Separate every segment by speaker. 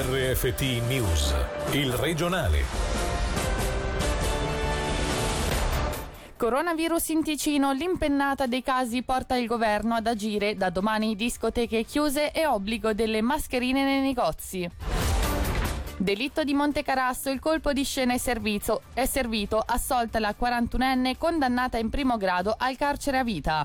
Speaker 1: RFT News, il regionale.
Speaker 2: Coronavirus in Ticino, l'impennata dei casi porta il governo ad agire. Da domani discoteche chiuse e obbligo delle mascherine nei negozi. Delitto di Montecarasso, il colpo di scena è servito, assolta la 41enne condannata in primo grado al carcere a vita.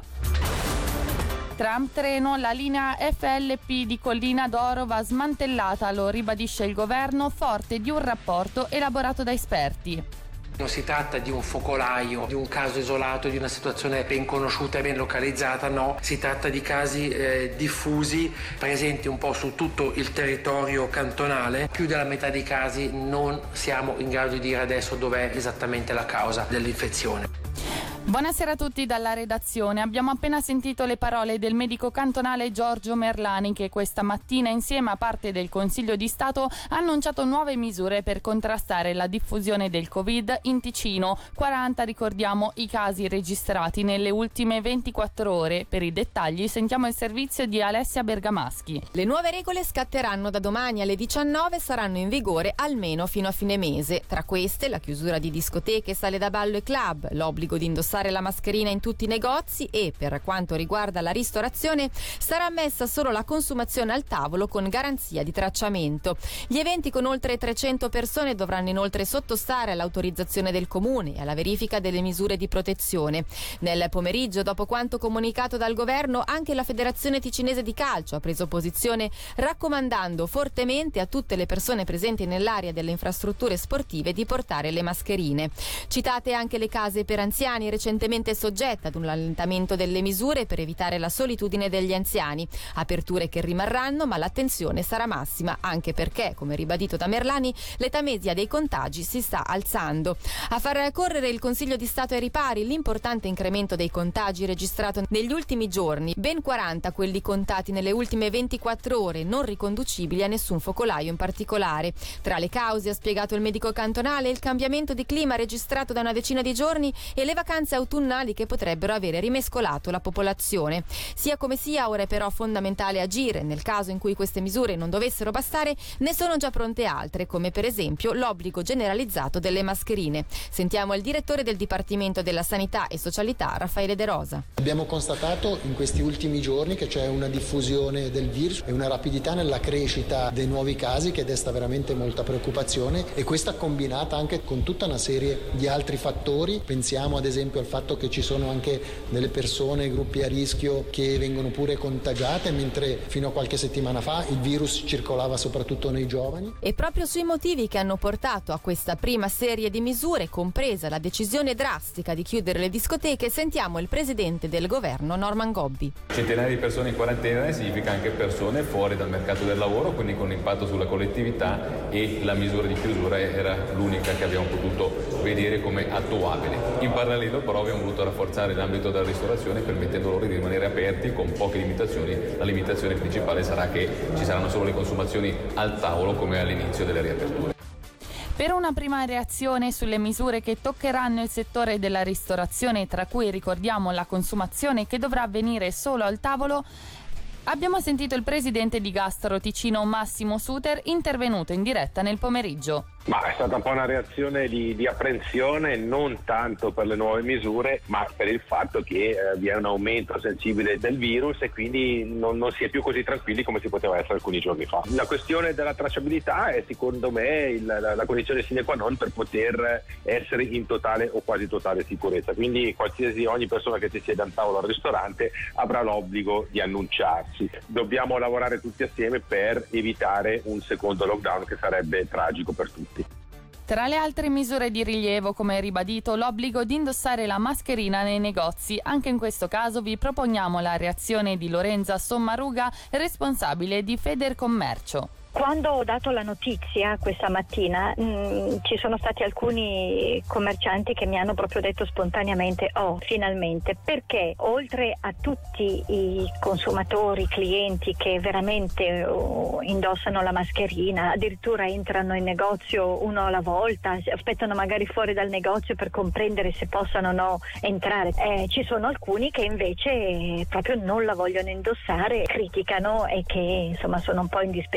Speaker 2: Tram treno, la linea FLP di Collina d'Oro va smantellata, lo ribadisce il governo, forte di un rapporto elaborato da esperti.
Speaker 3: Non si tratta di un focolaio, di un caso isolato, di una situazione ben conosciuta e ben localizzata, no, si tratta di casi diffusi, presenti un po' su tutto il territorio cantonale. Più della metà dei casi non siamo in grado di dire adesso dov'è esattamente la causa dell'infezione.
Speaker 2: Buonasera a tutti dalla redazione. Abbiamo appena sentito le parole del medico cantonale Giorgio Merlani, che questa mattina insieme a parte del Consiglio di Stato ha annunciato nuove misure per contrastare la diffusione del Covid in Ticino. 40, ricordiamo, i casi registrati nelle ultime 24 ore. Per i dettagli sentiamo il servizio di Alessia Bergamaschi.
Speaker 4: Le nuove regole scatteranno da domani alle 19 e saranno in vigore almeno fino a fine mese. Tra queste la chiusura di discoteche, sale da ballo e club, l'obbligo di indossare la mascherina in tutti i negozi e, per quanto riguarda la ristorazione, sarà ammessa solo la consumazione al tavolo con garanzia di tracciamento. Gli eventi con oltre 300 persone dovranno inoltre sottostare all'autorizzazione del comune e alla verifica delle misure di protezione. Nel pomeriggio, dopo quanto comunicato dal governo, anche la Federazione Ticinese di Calcio ha preso posizione raccomandando fortemente a tutte le persone presenti nell'area delle infrastrutture sportive di portare le mascherine. Citate anche le case per anziani recentemente soggetta ad un allentamento delle misure per evitare la solitudine degli anziani. Aperture che rimarranno, ma l'attenzione sarà massima anche perché, come ribadito da Merlani, l'età media dei contagi si sta alzando. A far correre il Consiglio di Stato ai ripari l'importante incremento dei contagi registrato negli ultimi giorni, ben 40 quelli contati nelle ultime 24 ore, non riconducibili a nessun focolaio in particolare. Tra le cause, ha spiegato il medico cantonale, il cambiamento di clima registrato da una decina di giorni e le vacanze autunnali che potrebbero avere rimescolato la popolazione. Sia come sia, ora è però fondamentale agire. Nel caso in cui queste misure non dovessero bastare, ne sono già pronte altre, come per esempio l'obbligo generalizzato delle mascherine. Sentiamo il direttore del Dipartimento della Sanità e Socialità, Raffaele De Rosa.
Speaker 5: Abbiamo constatato in questi ultimi giorni che c'è una diffusione del virus e una rapidità nella crescita dei nuovi casi che desta veramente molta preoccupazione, e questa combinata anche con tutta una serie di altri fattori. Pensiamo ad esempio al fatto che ci sono anche delle persone, gruppi a rischio, che vengono pure contagiate, mentre fino a qualche settimana fa il virus circolava soprattutto nei giovani.
Speaker 4: E proprio sui motivi che hanno portato a questa prima serie di misure, compresa la decisione drastica di chiudere le discoteche, sentiamo il presidente del governo Norman Gobbi.
Speaker 6: Centinaia di persone in quarantena significa anche persone fuori dal mercato del lavoro, quindi con impatto sulla collettività, e la misura di chiusura era l'unica che abbiamo potuto vedere come attuabile. In parallelo però abbiamo voluto rafforzare l'ambito della ristorazione, permettendo loro di rimanere aperti con poche limitazioni. La limitazione principale sarà che ci saranno solo le consumazioni al tavolo come all'inizio delle riaperture.
Speaker 2: Per una prima reazione sulle misure che toccheranno il settore della ristorazione, tra cui ricordiamo la consumazione che dovrà avvenire solo al tavolo, abbiamo sentito il presidente di Gastro Ticino Massimo Suter, intervenuto in diretta nel pomeriggio.
Speaker 7: Ma è stata un po' una reazione di apprensione, non tanto per le nuove misure, ma per il fatto che vi è un aumento sensibile del virus e quindi non si è più così tranquilli come si poteva essere alcuni giorni fa. La questione della tracciabilità è secondo me la condizione sine qua non per poter essere in totale o quasi totale sicurezza. Quindi ogni persona che si siede al tavolo al ristorante avrà l'obbligo di annunciarsi. Dobbiamo lavorare tutti assieme per evitare un secondo lockdown che sarebbe tragico per tutti.
Speaker 2: Tra le altre misure di rilievo, come ribadito, l'obbligo di indossare la mascherina nei negozi. Anche in questo caso vi proponiamo la reazione di Lorenza Sommaruga, responsabile di Federcommercio.
Speaker 8: Quando ho dato la notizia questa mattina ci sono stati alcuni commercianti che mi hanno proprio detto spontaneamente finalmente, perché oltre a tutti i consumatori, clienti che veramente indossano la mascherina, addirittura entrano in negozio uno alla volta, aspettano magari fuori dal negozio per comprendere se possano o no entrare, ci sono alcuni che invece proprio non la vogliono indossare, criticano e che insomma sono un po' indispettiti.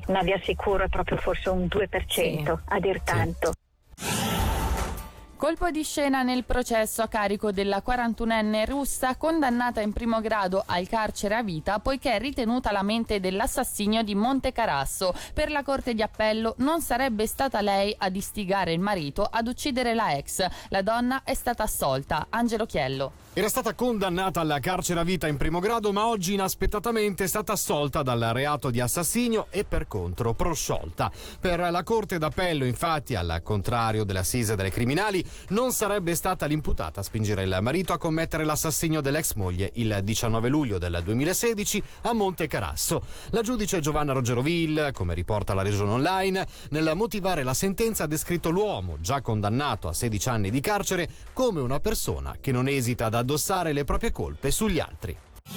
Speaker 8: quindi ma vi assicuro è proprio forse un 2% a dir tanto.
Speaker 2: Colpo di scena nel processo a carico della 41enne russa condannata in primo grado al carcere a vita poiché ritenuta la mente dell'assassinio di Montecarasso. Per la Corte di Appello non sarebbe stata lei ad istigare il marito ad uccidere la ex. La donna è stata assolta. Angelo Chiello.
Speaker 9: Era stata condannata al carcere a vita in primo grado, ma oggi inaspettatamente è stata assolta dal reato di assassinio e per contro prosciolta. Per la Corte d'Appello, infatti, al contrario dell'assise delle criminali, non sarebbe stata l'imputata a spingere il marito a commettere l'assassinio dell'ex moglie il 19 luglio del 2016 a Montecarasso. La giudice Giovanna Rogeroville, come riporta la Regione Online, nel motivare la sentenza ha descritto l'uomo, già condannato a 16 anni di carcere, come una persona che non esita ad addossare le proprie colpe sugli altri.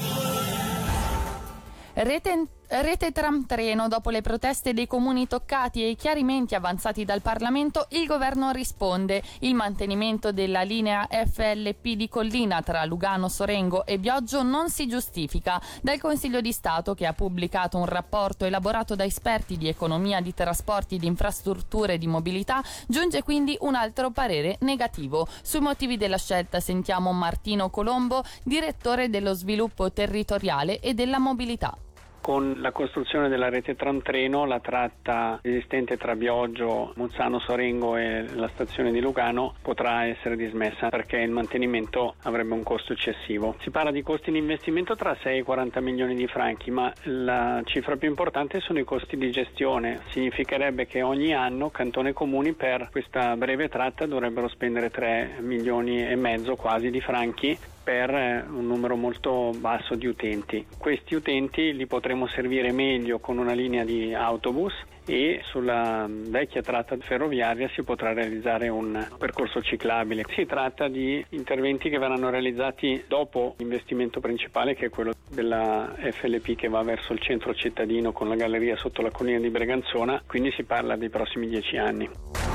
Speaker 2: Rete tram treno. Dopo le proteste dei comuni toccati e i chiarimenti avanzati dal Parlamento, il governo risponde. Il mantenimento della linea FLP di Collina tra Lugano, Sorengo e Bioggio non si giustifica. Dal Consiglio di Stato, che ha pubblicato un rapporto elaborato da esperti di economia, di trasporti, di infrastrutture e di mobilità, giunge quindi un altro parere negativo. Sui motivi della scelta sentiamo Martino Colombo, direttore dello sviluppo territoriale e della mobilità.
Speaker 10: Con la costruzione della rete tram treno, la tratta esistente tra Bioggio, Mozzano, Sorengo e la stazione di Lugano potrà essere dismessa perché il mantenimento avrebbe un costo eccessivo. Si parla di costi di investimento tra 6 e 40 milioni di franchi, ma la cifra più importante sono i costi di gestione. Significherebbe che ogni anno cantone e comuni per questa breve tratta dovrebbero spendere 3 milioni e mezzo quasi di franchi per un numero molto basso di utenti. Questi utenti li potremo servire meglio con una linea di autobus e sulla vecchia tratta ferroviaria si potrà realizzare un percorso ciclabile. Si tratta di interventi che verranno realizzati dopo l'investimento principale, che è quello della FLP che va verso il centro cittadino con la galleria sotto la collina di Breganzona, quindi si parla dei prossimi 10 anni.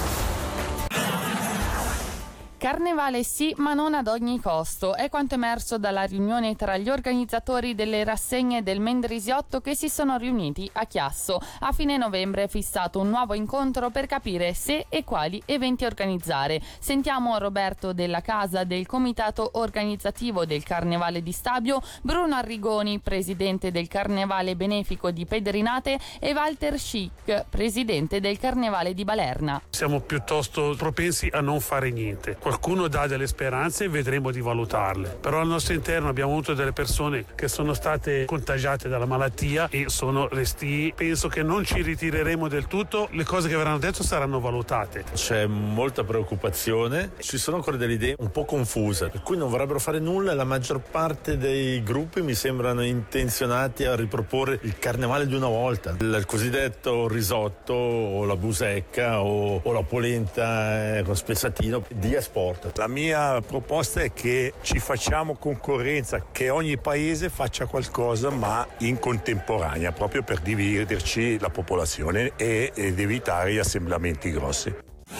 Speaker 2: Carnevale sì, ma non ad ogni costo. È quanto emerso dalla riunione tra gli organizzatori delle rassegne del Mendrisiotto che si sono riuniti a Chiasso. A fine novembre è fissato un nuovo incontro per capire se e quali eventi organizzare. Sentiamo Roberto Della Casa del comitato organizzativo del Carnevale di Stabio, Bruno Arrigoni, presidente del Carnevale Benefico di Pedrinate, e Walter Schick, presidente del Carnevale di Balerna.
Speaker 11: Siamo piuttosto propensi a non fare niente. Qualcuno dà delle speranze e vedremo di valutarle, però al nostro interno abbiamo avuto delle persone che sono state contagiate dalla malattia e sono restii. Penso che non ci ritireremo del tutto, le cose che verranno dette saranno valutate.
Speaker 12: C'è molta preoccupazione, ci sono ancora delle idee un po' confuse, per cui non vorrebbero fare nulla. La maggior parte dei gruppi mi sembrano intenzionati a riproporre il carnevale di una volta, il cosiddetto risotto o la busecca o la polenta con spezzatino di sport.
Speaker 13: La mia proposta è che ci facciamo concorrenza, che ogni paese faccia qualcosa ma in contemporanea, proprio per dividerci la popolazione ed evitare gli assemblamenti grossi.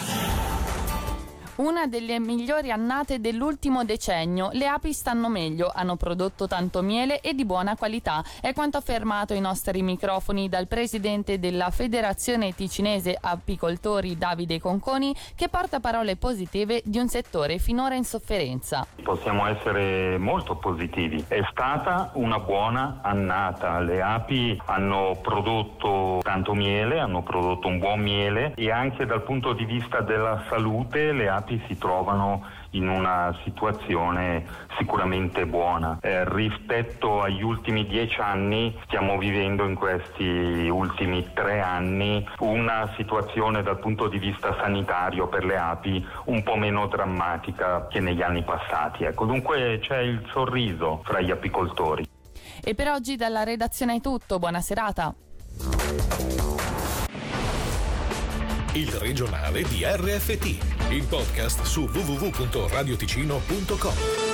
Speaker 2: Una delle migliori annate dell'ultimo decennio. Le api stanno meglio, hanno prodotto tanto miele e di buona qualità. È quanto affermato ai nostri microfoni dal presidente della Federazione Ticinese Apicoltori Davide Conconi, che porta parole positive di un settore finora in sofferenza.
Speaker 14: Possiamo essere molto positivi. È stata una buona annata. Le api hanno prodotto tanto miele, hanno prodotto un buon miele e anche dal punto di vista della salute le api si trovano in una situazione sicuramente buona. Rispetto agli ultimi 10 anni stiamo vivendo in questi ultimi 3 anni una situazione dal punto di vista sanitario per le api un po' meno drammatica che negli anni passati. Ecco, dunque c'è il sorriso fra gli apicoltori.
Speaker 2: E per oggi dalla redazione è tutto, buona serata.
Speaker 1: Il regionale di RFT, il podcast su www.radioticino.com.